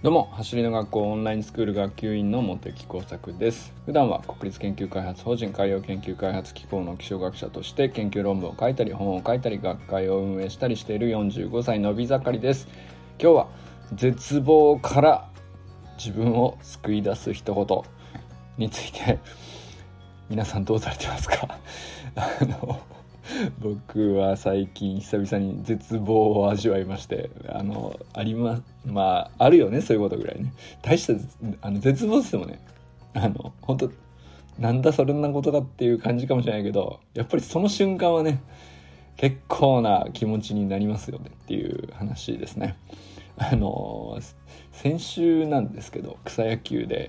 どうも、走りの学校オンラインスクール学級委員の茂木耕作です。普段は国立研究開発法人海洋研究開発機構の気象学者として研究論文を書いたり本を書いたり学会を運営したりしている45歳のび盛りです。今日は絶望から自分を救い出す一言について皆さんどうされてますか？僕は最近久々に絶望を味わいまして、あるよね、そういうことぐらいね。大した絶望してもね、本当なんだそんなことかっていう感じかもしれないけど、やっぱりその瞬間はね、結構な気持ちになりますよねっていう話ですね。先週なんですけど、草野球で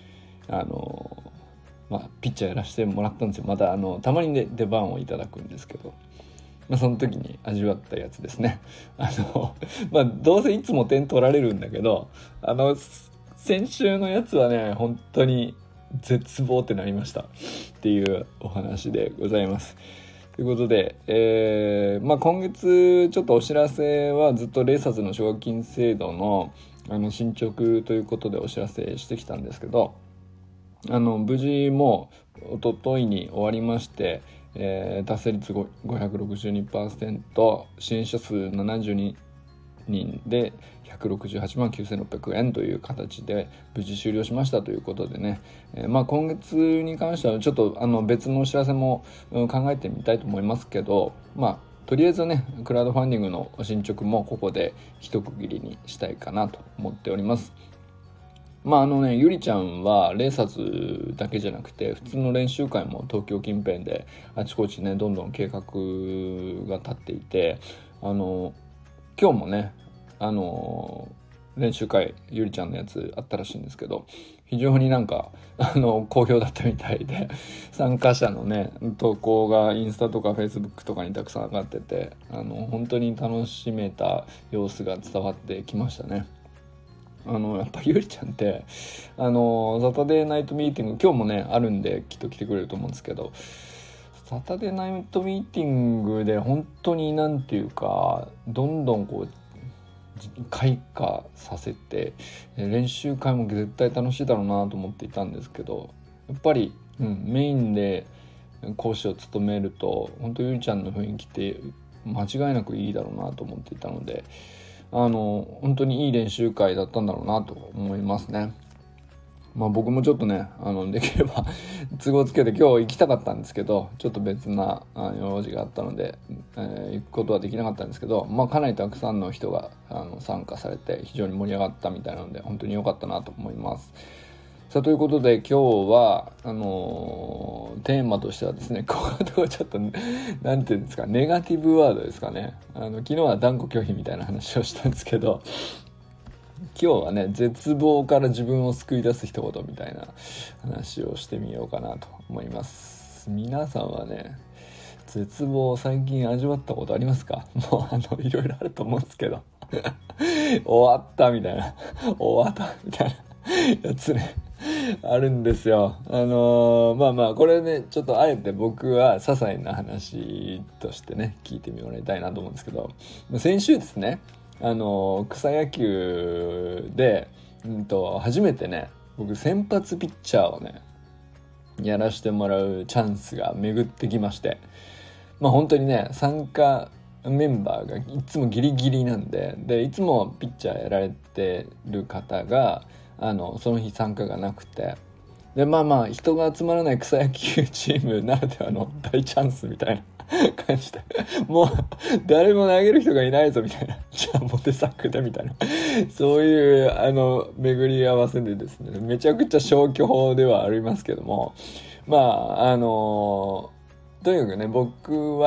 ピッチャーやらせてもらったんですよ。またたまにね出番をいただくんですけど、その時に味わったやつですね。どうせいつも点取られるんだけど、先週のやつはね本当に絶望ってなりましたっていうお話でございます。ということで、今月ちょっとお知らせはずっとレーサーズの奨学金制度の進捗ということでお知らせしてきたんですけど、無事もう一昨日に終わりまして、達成率562%、支援者数72人で168万9600円という形で無事終了しましたということでね、今月に関してはちょっと別のお知らせも考えてみたいと思いますけど、とりあえずねクラウドファンディングの進捗もここで一区切りにしたいかなと思っております。ゆりちゃんはレーサーズだけじゃなくて普通の練習会も東京近辺であちこちねどんどん計画が立っていて、今日もね練習会ゆりちゃんのやつあったらしいんですけど、非常に好評だったみたいで、参加者のね投稿がインスタとかフェイスブックとかにたくさん上がってて、本当に楽しめた様子が伝わってきましたね。やっぱゆりちゃんってサタデーナイトミーティング今日もねあるんできっと来てくれると思うんですけど、サタデーナイトミーティングで本当にどんどん開花させて、練習会も絶対楽しいだろうなと思っていたんですけど、やっぱり、メインで講師を務めると本当ゆりちゃんの雰囲気って間違いなくいいだろうなと思っていたので、本当にいい練習会だったんだろうなと思いますね。僕もちょっとねできれば都合つけて今日行きたかったんですけど、ちょっと別な用事があったので、行くことはできなかったんですけど、かなりたくさんの人が参加されて非常に盛り上がったみたいなので本当に良かったなと思います。さあということで今日はテーマとしてはですね、ここはちょっとなんていうんですか、ネガティブワードですかね。昨日は断固拒否みたいな話をしたんですけど、今日はね絶望から自分を救い出す一言みたいな話をしてみようかなと思います。皆さんはね絶望を最近味わったことありますか？もういろいろあると思うんですけど終わったみたいな終わったみたいなやつねあるんですよ。これねちょっとあえて僕は些細な話としてね聞いてもらいたいなと思うんですけど、先週ですね草野球で、初めてね僕先発ピッチャーをねやらせてもらうチャンスが巡ってきまして、本当にね参加メンバーがいつもギリギリなんでいつもピッチャーやられてる方がその日参加がなくて、で人が集まらない草野球チームならではの大チャンスみたいな感じで、もう誰も投げる人がいないぞみたいな、じゃあモテ作でみたいなそういう巡り合わせでですね、めちゃくちゃ消去法ではありますけども、とにかくね僕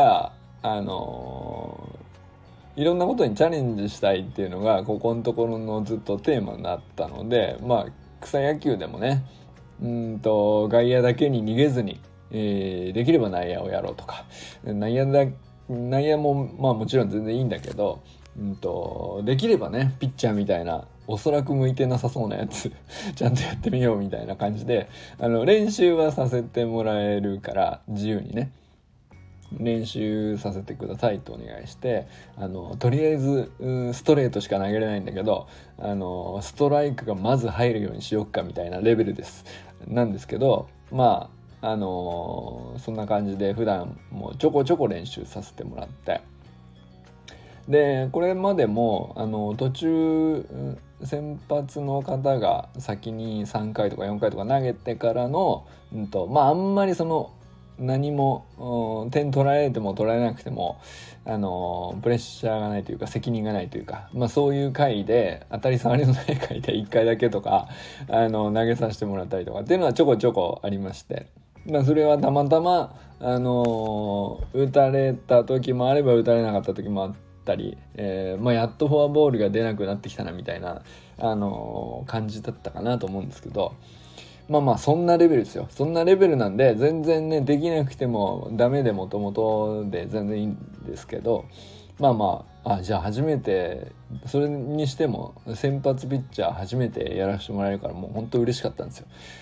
はいろんなことにチャレンジしたいっていうのがここのところのずっとテーマになったので、草野球でもね外野だけに逃げずに、できれば内野をやろうとか、内野ももちろん全然いいんだけど、できればねピッチャーみたいなおそらく向いてなさそうなやつちゃんとやってみようみたいな感じで練習はさせてもらえるから自由にね練習させてくださいとお願いして、とりあえずストレートしか投げれないんだけどストライクがまず入るようにしよっかみたいなレベルなんですけど、まあそんな感じで普段もちょこちょこ練習させてもらって、でこれまでも途中先発の方が先に3回とか4回とか投げてからの、あんまり何も点取られても取られなくてもプレッシャーがないというか責任がないというか、そういう回で当たり障りのない回で1回だけとか投げさせてもらったりとかっていうのはちょこちょこありまして、それはたまたま打たれた時もあれば打たれなかった時もあったり、やっとフォアボールが出なくなってきたなみたいな感じだったかなと思うんですけど、そんなレベルですよ。そんなレベルなんで全然ねできなくてもダメでもともとで全然いいんですけど、じゃあ初めてそれにしても先発ピッチャー初めてやらせてもらえるからもう本当嬉しかったんですよ。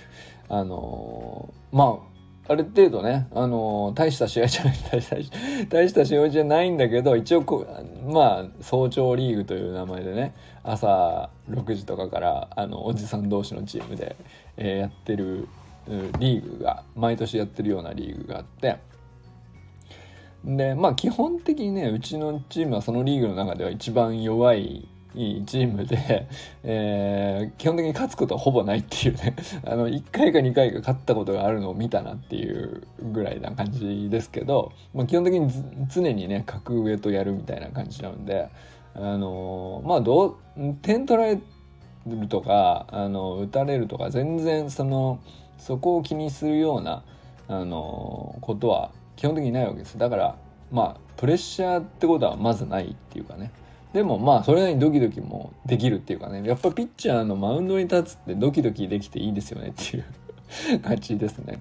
ある程度ね、大した試合じゃない大した試合じゃないんだけど、一応早朝リーグという名前でね、朝6時とかからおじさん同士のチームで、やってるリーグが毎年やってるようなリーグがあって、で基本的にねうちのチームはそのリーグの中では一番弱いチームで、基本的に勝つことはほぼないっていうね1回か2回か勝ったことがあるのを見たなっていうぐらいな感じですけど、基本的に常にね格上とやるみたいな感じなので点取られるとか打たれるとか全然そこを気にするようなことは基本的にないわけです。だからプレッシャーってことはまずないっていうかね。でもそれなりにドキドキもできるっていうかね、やっぱピッチャーのマウンドに立つってドキドキできていいですよねっていう感じですね。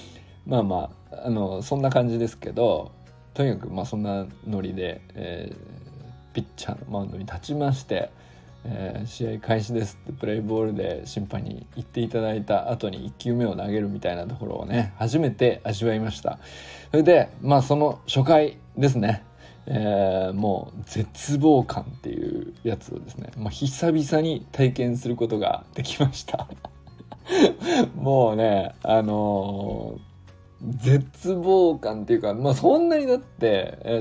そんな感じですけど、とにかくそんなノリで、ピッチャーのマウンドに立ちまして、試合開始ですってプレイボールで審判に言っていただいた後に1球目を投げるみたいなところをね初めて味わいました。それでその初回ですね、もう絶望感っていうやつをですね、久々に体験することができましたもうね絶望感っていうか、そんなにだって、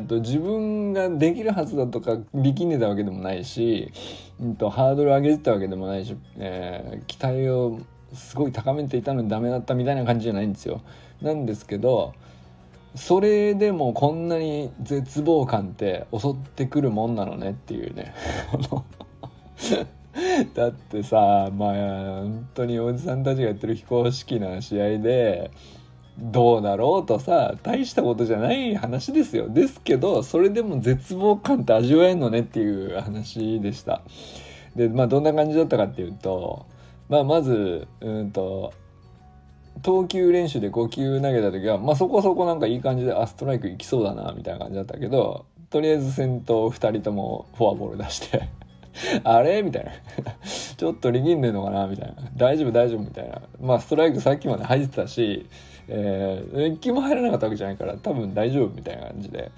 自分ができるはずだとか力んでたわけでもないし、ハードル上げてたわけでもないし、期待をすごい高めていたのにダメだったみたいな感じじゃないんですよ。なんですけどそれでもこんなに絶望感って襲ってくるもんなのねっていうねだってさ本当におじさんたちがやってる非公式な試合でどうだろうとさ大したことじゃない話ですよ。ですけどそれでも絶望感って味わえんのねっていう話でした。でどんな感じだったかっていうとまず投球練習で5球投げた時はそこそこなんかいい感じでストライクいきそうだなみたいな感じだったけど、とりあえず先頭2人ともフォアボール出してあれみたいなちょっと力んでんのかなみたいな、大丈夫みたいな、ストライクさっきまで入ってたし、1球も入らなかったわけじゃないから多分大丈夫みたいな感じで、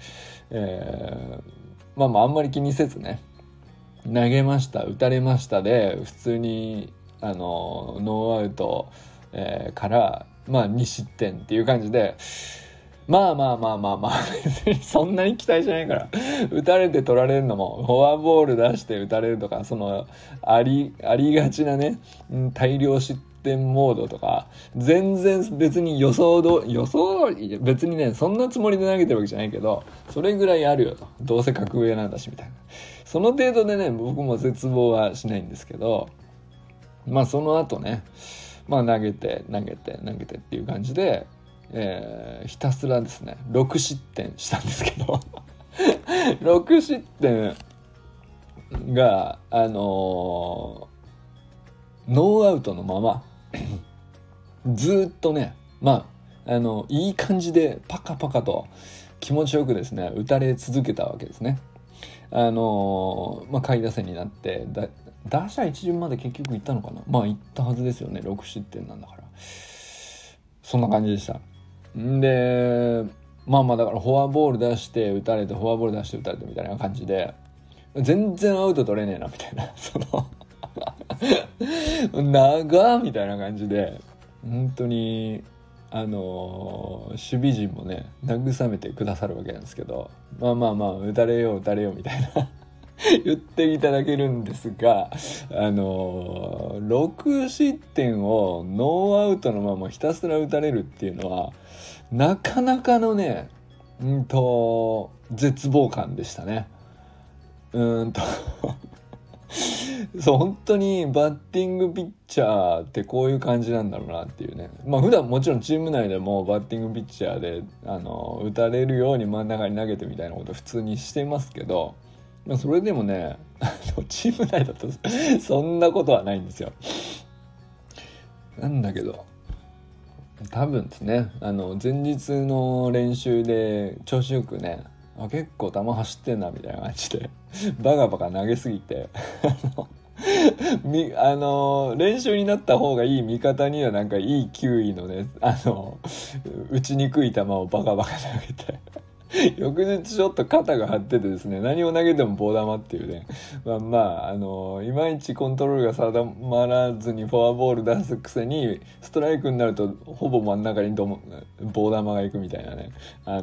あんまり気にせずね投げました、打たれましたで普通にノーアウト、から2失点っていう感じで別にそんなに期待しないから打たれて取られるのもフォアボール出して打たれるとかありがちなね大量失点モードとか全然別に予想別にねそんなつもりで投げてるわけじゃないけどそれぐらいあるよと、どうせ格上なんだしみたいな、その程度でね僕も絶望はしないんですけど、その後ね投げてっていう感じで、ひたすらですね6失点したんですけど6失点がノーアウトのままずっとねいい感じでパカパカと気持ちよくですね打たれ続けたわけですね。下位打線になって打者一巡まで結局行ったのかな、行ったはずですよね、6失点なんだから。そんな感じでした。でまあまあだからフォアボール出して打たれてフォアボール出して打たれてみたいな感じで、全然アウト取れねえなみたいな、その長みたいな感じで、本当に守備陣もね慰めてくださるわけなんですけど、まあまあまあ打たれよう打たれようみたいな言っていただけるんですが、6失点をノーアウトのままひたすら打たれるっていうのはなかなかのね、絶望感でしたね。そう本当にバッティングピッチャーってこういう感じなんだろうなっていうね。まあ普段もちろんチーム内でもバッティングピッチャーで打たれるように真ん中に投げてみたいなこと普通にしてますけど、まあ、それでもねチーム内だとそんなことはないんですよ。なんだけど多分ですね、前日の練習で調子よくね、結構球走ってんなみたいな感じでバカバカ投げすぎて練習になった方がいい味方にはなんかいい球威のね打ちにくい球をバカバカ投げて翌日ちょっと肩が張っててですね、何を投げても棒球っていうね、いまいちコントロールが定まらずにフォアボール出すくせにストライクになるとほぼ真ん中に棒球がいくみたいなね、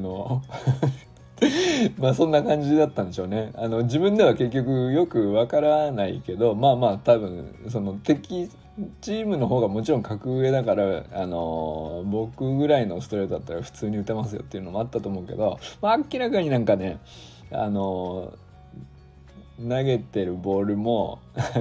まあそんな感じだったんでしょうね。自分では結局よくわからないけど、まあまあ多分その敵チームの方がもちろん格上だから、僕ぐらいのストレートだったら普通に打てますよっていうのもあったと思うけど、まあ、明らかになんかね、投げてるボールも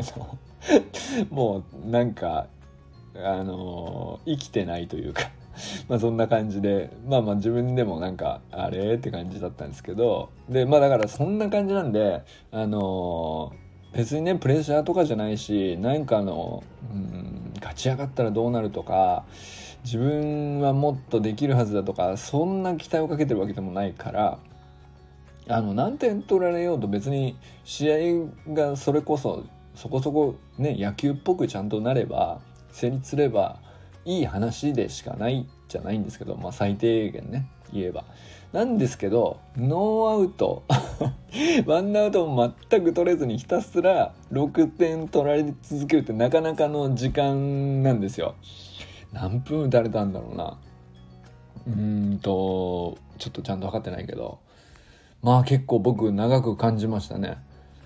もうなんか生きてないというかまあそんな感じで、まあまあ自分でもなんかあれって感じだったんですけど、でまあだからそんな感じなんで別にねプレッシャーとかじゃないし、なんか勝ち上がったらどうなるとか、自分はもっとできるはずだとか、そんな期待をかけてるわけでもないから、何点取られようと別に試合がそれこそそこそこね野球っぽくちゃんとなれば成立すればいい話でしかないじゃないんですけど、まあ最低限ね言えばなんですけど、ノーアウトワンアウトも全く取れずにひたすら6点取られ続けるってなかなかの時間なんですよ。何分打たれたんだろうな、ちょっとちゃんと測ってないけど、まあ結構僕長く感じましたね。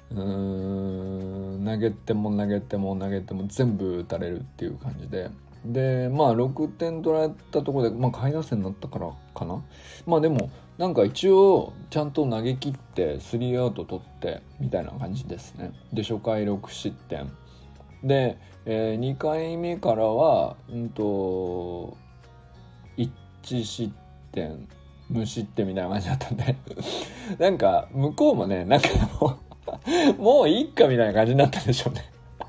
投げても投げても投げても全部打たれるっていう感じで、まあ6点取られたところで、まあ下位打線になったからかな。まあでもなんか一応ちゃんと投げ切って3アウト取ってみたいな感じですね。で初回6失点で、2回目からは1失点無失点みたいな感じだったんでなんか向こうもねなんかもういいかみたいな感じになったんでしょうね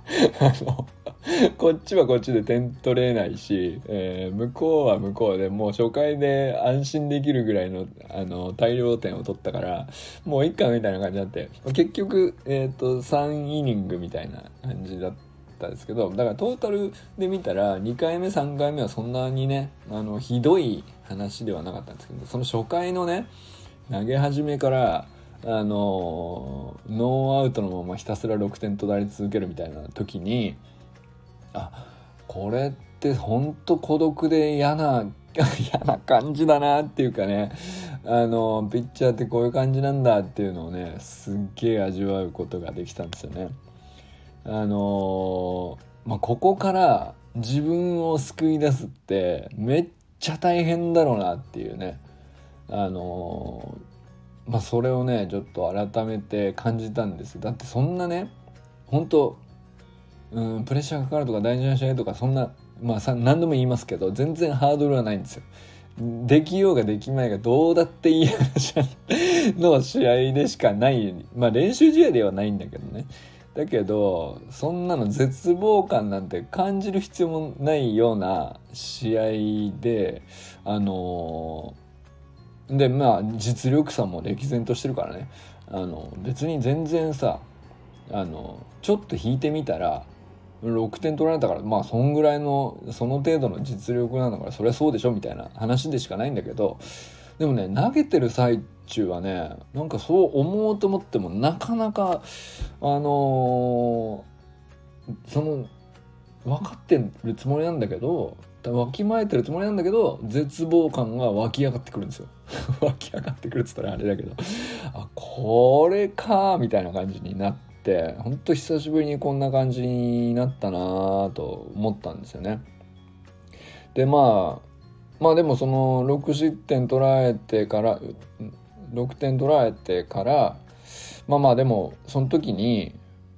こっちはこっちで点取れないし、向こうは向こうでもう初回で安心できるぐらいの、大量点を取ったからもういいかみたいな感じになって、結局、3イニングみたいな感じだったんですけど、だからトータルで見たら2回目3回目はそんなにねひどい話ではなかったんですけど、その初回のね投げ始めからノーアウトのままひたすら6点取られ続けるみたいな時に、これってほんと孤独で嫌な感じだなっていうかね、ピッチャーってこういう感じなんだっていうのをねすっげえ味わうことができたんですよね。ここから自分を救い出すってめっちゃ大変だろうなっていうね、それをねちょっと改めて感じたんです。だってそんなね本当プレッシャーがかかるとか大事な試合とかそんな何度も言いますけど全然ハードルはないんですよ。できようができまいがどうだっていい話の試合でしかない、練習試合ではないんだけどね。だけどそんなの絶望感なんて感じる必要もないような試合で実力差も歴然としてるからね、別に全然さちょっと引いてみたら6点取られたからそんぐらいのその程度の実力なんだからそりゃそうでしょみたいな話でしかないんだけど、 でもね、投げてる最中はね、なんかそう思おうと思ってもなかなかその分かってるつもりなんだけど、わきまえてるつもりなんだけど、絶望感が湧き上がってくるんですよ湧き上がってくるっつったらあれだけど、あ、これかみたいな感じになって、ほんと久しぶりにこんな感じになったなと思ったんですよね。でまあでもその6失点取られてから6点取られてから、まあでもその時に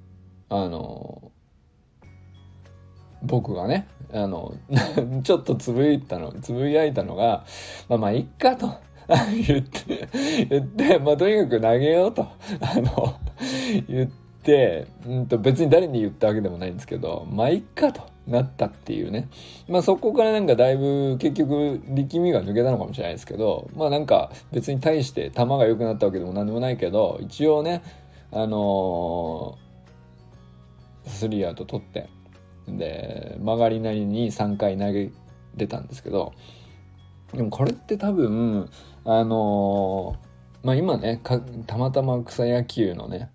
僕がねちょっとつぶやいたのが、まあいっかと言ってとにかく投げようと言って、別に誰に言ったわけでもないんですけど、まあいっかとなったっていうね。そこからなんかだいぶ結局力みが抜けたのかもしれないですけど、なんか別に対して球が良くなったわけでも何でもないけど、一応ねスリーアウト取って、で曲がりなりに3回投げれたんですけど、でもこれって多分今ねたまたま草野球のね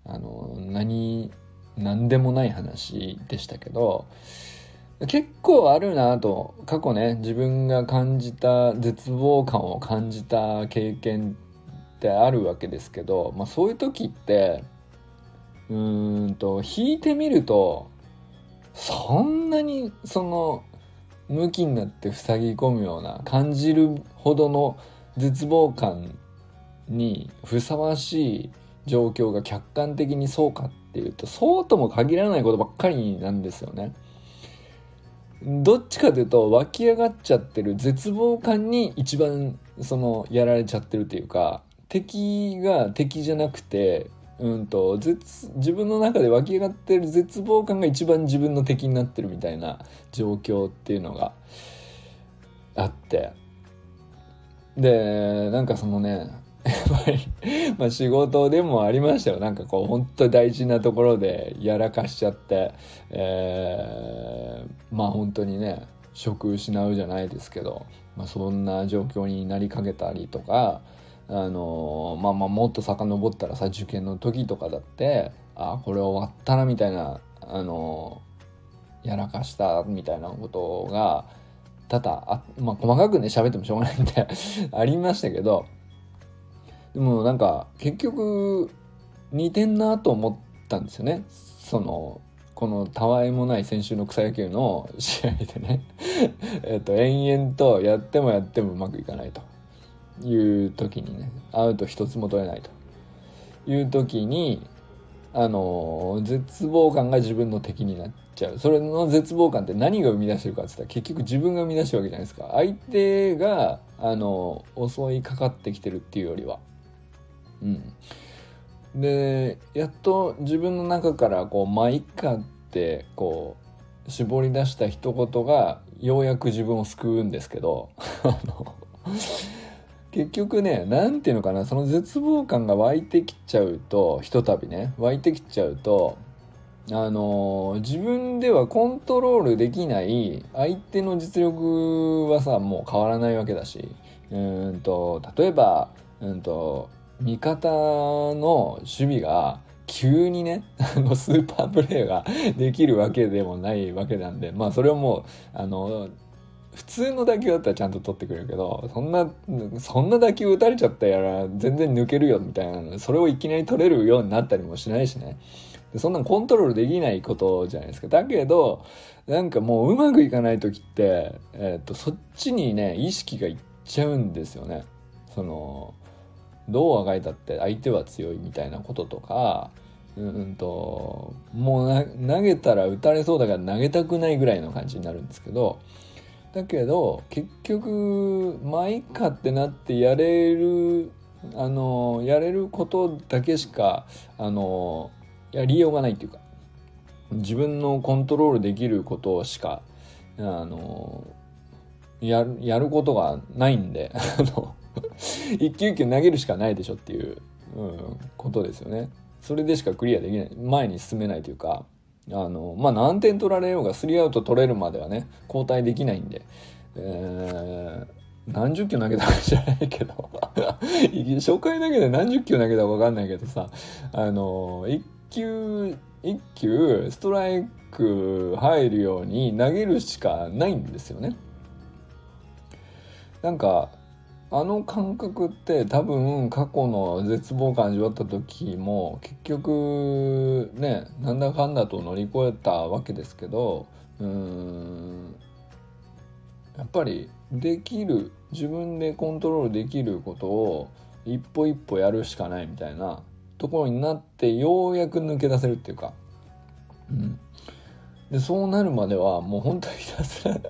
何でもない話でしたけど、結構あるなと、過去ね自分が感じた絶望感を感じた経験ってあるわけですけど、そういう時って引いてみるとそんなに向きになって塞ぎ込むような感じるほどの絶望感にふさわしい状況が客観的にそうかっていうと、そうとも限らないことばっかりなんですよね。どっちかというと湧き上がっちゃってる絶望感に一番やられちゃってるというか、敵が敵じゃなくて自分の中で湧き上がってる絶望感が一番自分の敵になってるみたいな状況っていうのがあって、でなんかやっぱり仕事でもありましたよ。なんか本当大事なところでやらかしちゃって、本当にね職失うじゃないですけど、そんな状況になりかけたりとか、もっと遡ったらさ、受験の時とかだって、これ終わったなみたいなやらかしたみたいなことが多々細かくね喋ってもしょうがないんでありましたけど、でもなんか結局似てんなと思ったんですよね。このたわいもない先週の草野球の試合でね延々とやってもうまくいかないという時にね、アウト一つも取れないという時に絶望感が自分の敵になっちゃう。それの絶望感って何が生み出してるかって言ったら、結局自分が生み出してるわけじゃないですか。相手が襲いかかってきてるっていうよりは、でやっと自分の中からまあいっかって絞り出した一言がようやく自分を救うんですけど結局ね、なんていうのかな、その絶望感が湧いてきちゃうと、ひとたびね湧いてきちゃうと自分ではコントロールできない相手の実力はさもう変わらないわけだし、例えば味方の守備が急にねスーパープレーができるわけでもないわけなんで、それをもう普通の打球だったらちゃんと取ってくれるけど、そんな打球打たれちゃったら全然抜けるよみたいな、それをいきなり取れるようになったりもしないしね。そんなコントロールできないことじゃないですか。だけどなんかもううまくいかない時って、そっちにね意識がいっちゃうんですよね。どうあがいたって相手は強いみたいなこととか、もう投げたら打たれそうだから投げたくないぐらいの感じになるんですけど、だけど結局まあいっかってなってやれることだけしかやりようがないっていうか、自分のコントロールできることしかやることがないんで一球一球投げるしかないでしょっていう、ことですよね。それでしかクリアできない、前に進めないというか、何点取られようが3アウト取れるまではね交代できないんで、 何十球投げたか知らないけど初回だけで何十球投げたか分かんないけどさ、一球一球ストライク入るように投げるしかないんですよね。なんかあの感覚って多分過去の絶望感味わった時も結局ね、なんだかんだと乗り越えたわけですけど、やっぱりできる、自分でコントロールできることを一歩一歩やるしかないみたいなところになって、ようやく抜け出せるっていうか、でそうなるまではもう本当にひたすら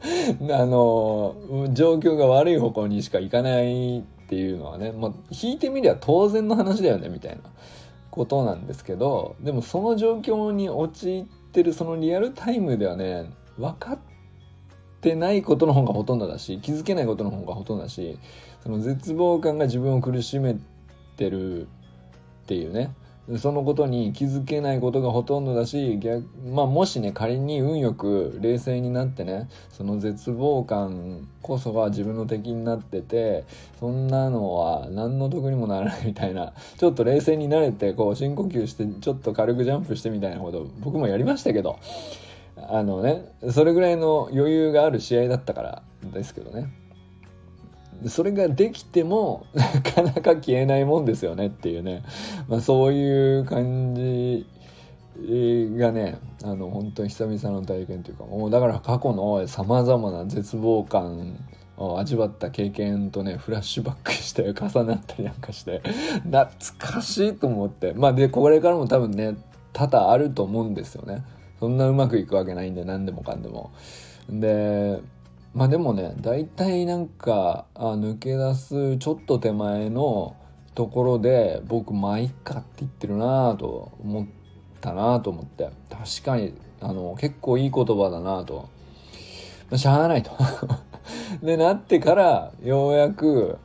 状況が悪い方向にしか行かないっていうのはね、引いてみりゃ当然の話だよねみたいなことなんですけど、でもその状況に陥ってるそのリアルタイムではね、分かってないことの方がほとんどだし、気づけないことの方がほとんどだし、その絶望感が自分を苦しめてるっていうね、そのことに気づけないことがほとんどだし、もしね仮に運よく冷静になってね、その絶望感こそが自分の敵になってて、そんなのは何の得にもならないみたいな、ちょっと冷静になれてこう深呼吸してちょっと軽くジャンプしてみたいなこと僕もやりましたけど、それぐらいの余裕がある試合だったからですけどね、それができてもなかなか消えないもんですよねっていうね、そういう感じがね、本当に久々の体験というか、もうだから過去のさまざまな絶望感を味わった経験とねフラッシュバックして重なったりなんかして懐かしいと思って、でこれからも多分ね多々あると思うんですよね。そんなうまくいくわけないんで、何でもかんでも。ででもね、大体なんか抜け出すちょっと手前のところで僕まあいっかって言ってるなと思ったなと思って、確かに結構いい言葉だなと、しゃあないとでなってからようやく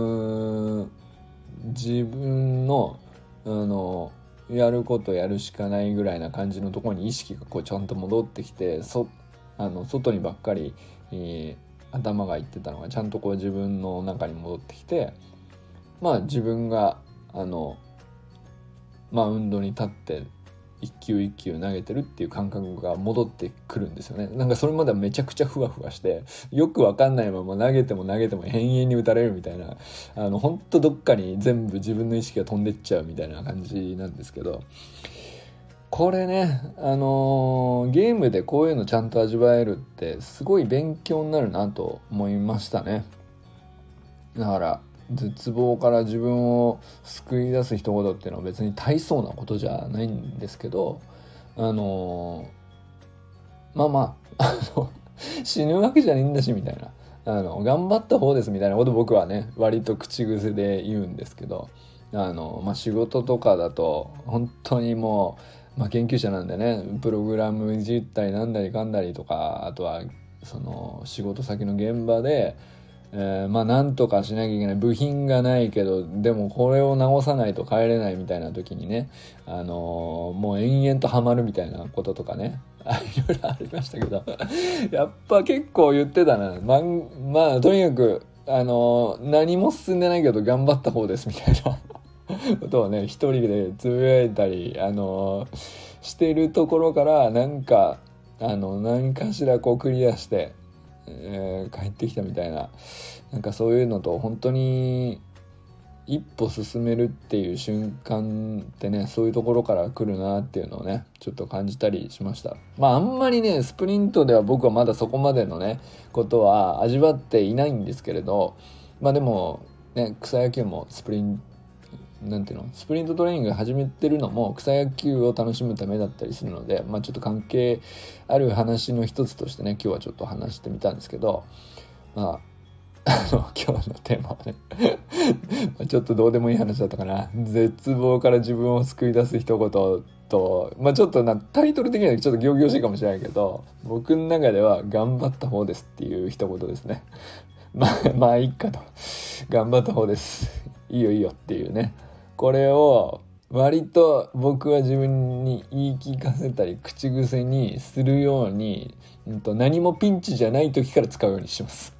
自分のやることやるしかないぐらいな感じのところに意識がこうちゃんと戻ってきて、外にばっかり頭がいってたのがちゃんとこう自分の中に戻ってきて、自分がマウンドに立って一球一球投げてるっていう感覚が戻ってくるんですよね。なんかそれまではめちゃくちゃふわふわしてよくわかんないまま投げても延々に打たれるみたいな、ほんとどっかに全部自分の意識が飛んでっちゃうみたいな感じなんですけど、これね、ゲームでこういうのちゃんと味わえるってすごい勉強になるなと思いましたね。だから絶望から自分を救い出す一言っていうのは別に大層なことじゃないんですけど、死ぬわけじゃねえんだしみたいな、頑張った方ですみたいなこと僕はね割と口癖で言うんですけど、仕事とかだと本当にもう、研究者なんでね、プログラムいじったりなんだりかんだりとか、あとはその仕事先の現場でなんとかしなきゃいけない、部品がないけどでもこれを直さないと帰れないみたいな時にね、もう延々とハマるみたいなこととかねいろいろありましたけどやっぱ結構言ってたな。とにかく何も進んでないけど頑張った方ですみたいなことをね一人でつぶやいたりしてるところから、何かしらこうクリアして帰ってきたみたいな、なんかそういうのと本当に一歩進めるっていう瞬間ってね、そういうところから来るなっていうのをねちょっと感じたりしました。あんまりねスプリントでは僕はまだそこまでのねことは味わっていないんですけれど、でもね草野球もスプリントトレーニング始めてるのも草野球を楽しむためだったりするので、ちょっと関係ある話の一つとしてね今日はちょっと話してみたんですけど、今日のテーマはねちょっとどうでもいい話だったかな。絶望から自分を救い出す一言と、ちょっとタイトル的にはちょっと仰々しいかもしれないけど、僕の中では頑張った方ですっていう一言ですね。いいかと、頑張った方です、いいよっていうね、これを割と僕は自分に言い聞かせたり口癖にするように、何もピンチじゃない時から使うようにします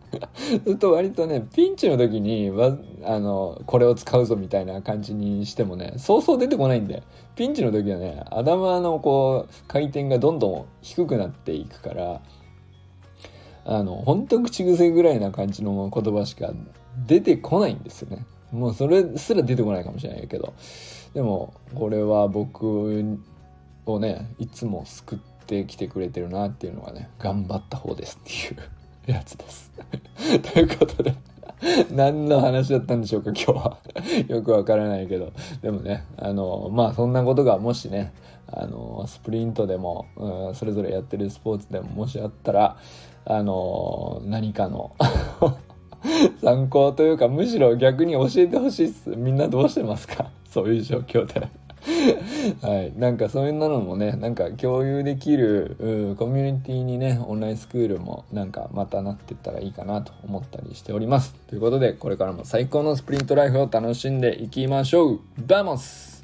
ずっと割とねピンチの時にこれを使うぞみたいな感じにしてもねそうそう出てこないんで、ピンチの時はね頭のこう回転がどんどん低くなっていくから、ほんと口癖ぐらいな感じの言葉しか出てこないんですよね。もうそれすら出てこないかもしれないけど、でもこれは僕をねいつも救ってきてくれてるなっていうのがね、頑張った方ですっていうやつですということで何の話だったんでしょうか今日はよくわからないけど、でもねそんなことがもしねスプリントでも、それぞれやってるスポーツでももしあったら何かの参考というか、むしろ逆に教えてほしいっす。みんなどうしてますかそういう状況ではい、なんかそういうのもね、なんか共有できるコミュニティにね、オンラインスクールもなんかまたなってったらいいかなと思ったりしております。ということで、これからも最高のスプリントライフを楽しんでいきましょう。バモス。